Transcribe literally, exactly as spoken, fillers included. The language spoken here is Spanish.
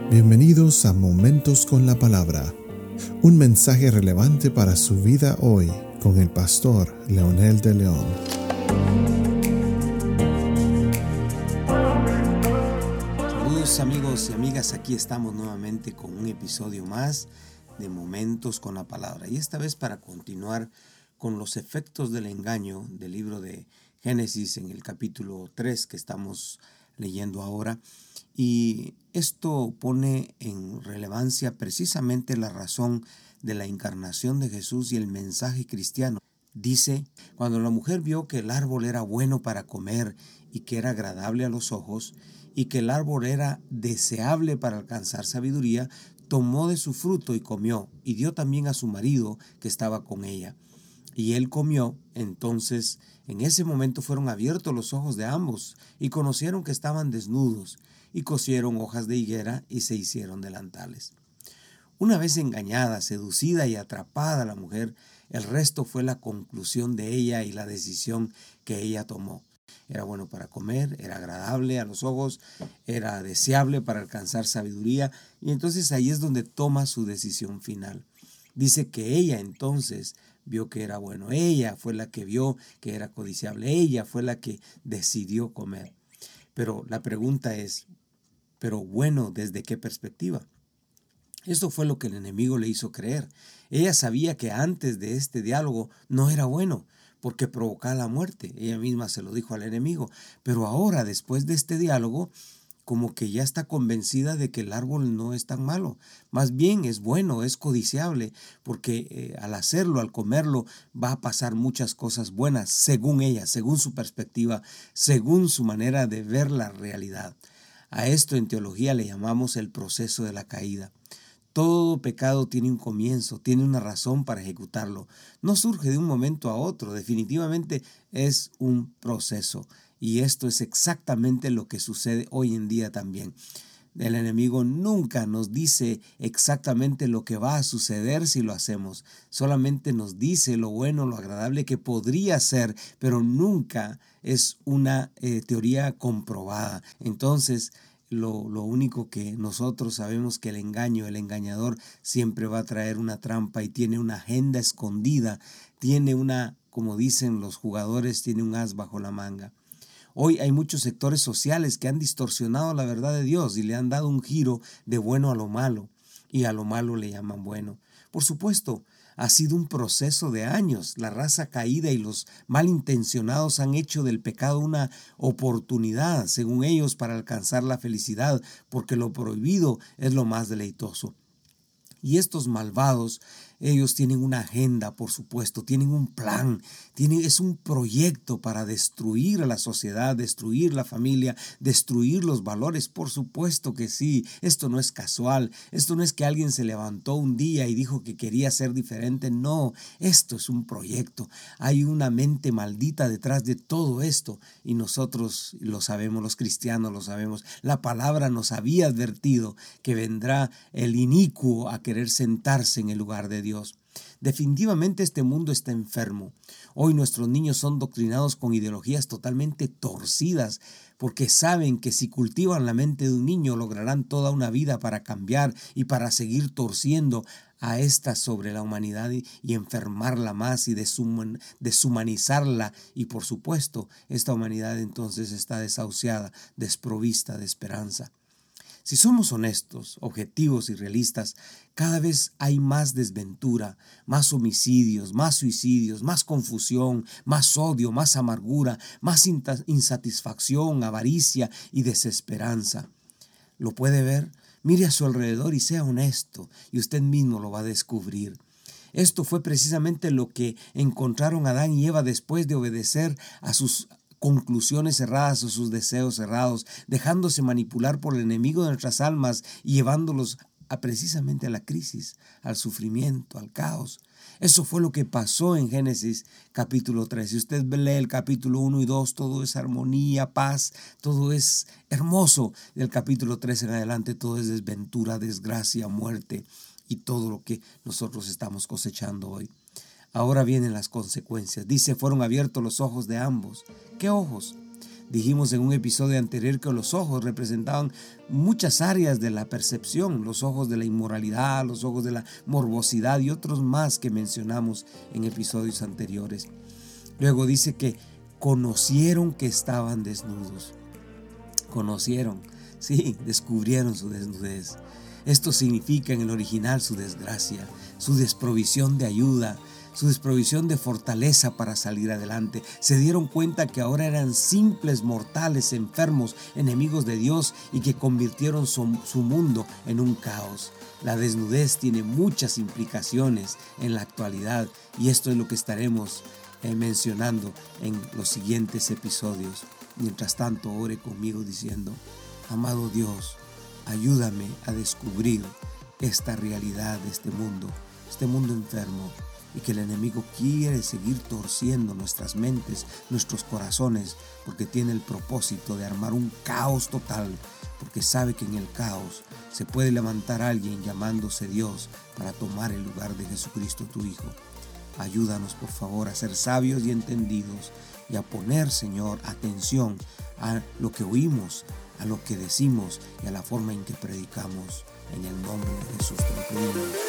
Bienvenidos a Momentos con la Palabra, un mensaje relevante para su vida hoy con el pastor Leonel de León. Saludos amigos y amigas, aquí estamos nuevamente con un episodio más de Momentos con la Palabra y esta vez para continuar con los efectos del engaño del libro de Génesis en el capítulo tres que estamos leyendo ahora. Y esto pone en relevancia precisamente la razón de la encarnación de Jesús y el mensaje cristiano. Dice, cuando la mujer vio que el árbol era bueno para comer y que era agradable a los ojos y que el árbol era deseable para alcanzar sabiduría, tomó de su fruto y comió, y dio también a su marido que estaba con ella. Y él comió, entonces en ese momento fueron abiertos los ojos de ambos y conocieron que estaban desnudos y cosieron hojas de higuera y se hicieron delantales. Una vez engañada, seducida y atrapada la mujer, el resto fue la conclusión de ella y la decisión que ella tomó. Era bueno para comer, era agradable a los ojos, era deseable para alcanzar sabiduría y entonces ahí es donde toma su decisión final. Dice que ella entonces vio que era bueno, ella fue la que vio que era codiciable, ella fue la que decidió comer. Pero la pregunta es, ¿pero bueno desde qué perspectiva? Esto fue lo que el enemigo le hizo creer. Ella sabía que antes de este diálogo no era bueno, porque provocaba la muerte. Ella misma se lo dijo al enemigo. Pero ahora, después de este diálogo, como que ya está convencida de que el árbol no es tan malo. Más bien es bueno, es codiciable, porque eh, al hacerlo, al comerlo, va a pasar muchas cosas buenas, según ella, según su perspectiva, según su manera de ver la realidad. A esto en teología le llamamos el proceso de la caída. Todo pecado tiene un comienzo, tiene una razón para ejecutarlo. No surge de un momento a otro, definitivamente es un proceso. Y esto es exactamente lo que sucede hoy en día también. El enemigo nunca nos dice exactamente lo que va a suceder si lo hacemos. Solamente nos dice lo bueno, lo agradable que podría ser, pero nunca es una eh, teoría comprobada. Entonces, Lo, lo único que nosotros sabemos que el engaño, el engañador siempre va a traer una trampa y tiene una agenda escondida, tiene una, como dicen los jugadores, tiene un as bajo la manga. Hoy hay muchos sectores sociales que han distorsionado la verdad de Dios y le han dado un giro de bueno a lo malo y a lo malo le llaman bueno. Por supuesto, ha sido un proceso de años. La raza caída y los malintencionados han hecho del pecado una oportunidad, según ellos, para alcanzar la felicidad, porque lo prohibido es lo más deleitoso. Y estos malvados, ellos tienen una agenda, por supuesto, tienen un plan, tienen, es un proyecto para destruir a la sociedad, destruir la familia, destruir los valores, por supuesto que sí. Esto no es casual, esto no es que alguien se levantó un día y dijo que quería ser diferente, no, esto es un proyecto. Hay una mente maldita detrás de todo esto y nosotros lo sabemos, los cristianos lo sabemos. La palabra nos había advertido que vendrá el inicuo a querer sentarse en el lugar de Dios. Definitivamente este mundo está enfermo. Hoy nuestros niños son doctrinados con ideologías totalmente torcidas porque saben que si cultivan la mente de un niño lograrán toda una vida para cambiar y para seguir torciendo a esta sobre la humanidad y, y enfermarla más y deshuman, deshumanizarla y por supuesto esta humanidad entonces está desahuciada, desprovista de esperanza. Si somos honestos, objetivos y realistas, cada vez hay más desventura, más homicidios, más suicidios, más confusión, más odio, más amargura, más insatisfacción, avaricia y desesperanza. ¿Lo puede ver? Mire a su alrededor y sea honesto, y usted mismo lo va a descubrir. Esto fue precisamente lo que encontraron Adán y Eva después de obedecer a sus conclusiones erradas o sus deseos errados, dejándose manipular por el enemigo de nuestras almas y llevándolos a precisamente a la crisis, al sufrimiento, al caos. Eso fue lo que pasó en Génesis capítulo tres. Si usted lee el capítulo uno y dos, todo es armonía, paz, todo es hermoso. Del capítulo tres en adelante todo es desventura, desgracia, muerte y todo lo que nosotros estamos cosechando hoy. Ahora vienen las consecuencias. Dice, fueron abiertos los ojos de ambos. ¿Qué ojos? Dijimos en un episodio anterior que los ojos representaban muchas áreas de la percepción, los ojos de la inmoralidad, los ojos de la morbosidad y otros más que mencionamos en episodios anteriores. Luego dice que conocieron que estaban desnudos. Conocieron, sí, descubrieron su desnudez. Esto significa en el original su desgracia, su desprovisión de ayuda, su desprovisión de fortaleza para salir adelante. Se dieron cuenta que ahora eran simples mortales, enfermos, enemigos de Dios y que convirtieron su, su mundo en un caos. La desnudez tiene muchas implicaciones en la actualidad y esto es lo que estaremos eh, mencionando en los siguientes episodios. Mientras tanto, ore conmigo diciendo: amado Dios, ayúdame a descubrir esta realidad de este mundo, este mundo enfermo, y que el enemigo quiere seguir torciendo nuestras mentes, nuestros corazones, porque tiene el propósito de armar un caos total, porque sabe que en el caos se puede levantar alguien llamándose Dios para tomar el lugar de Jesucristo tu Hijo. Ayúdanos por favor a ser sabios y entendidos y a poner, Señor, atención a lo que oímos, a lo que decimos y a la forma en que predicamos. En el nombre de Jesús te lo pedimos.